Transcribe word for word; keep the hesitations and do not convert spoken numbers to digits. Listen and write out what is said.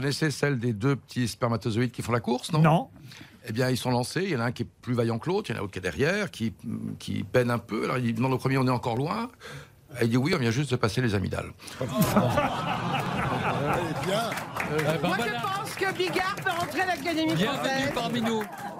connaissez celle des deux petits spermatozoïdes qui font la course, non? Non. Eh bien, ils sont lancés. Il y en a un qui est plus vaillant que l'autre. Il y en a un autre qui est derrière, qui, qui peine un peu. Alors, il demande au premier, on est encore loin. Et il dit oui, on vient juste de passer les amygdales. Moi, je pense que Bigard peut rentrer à l'Académie française. Bienvenue parmi nous.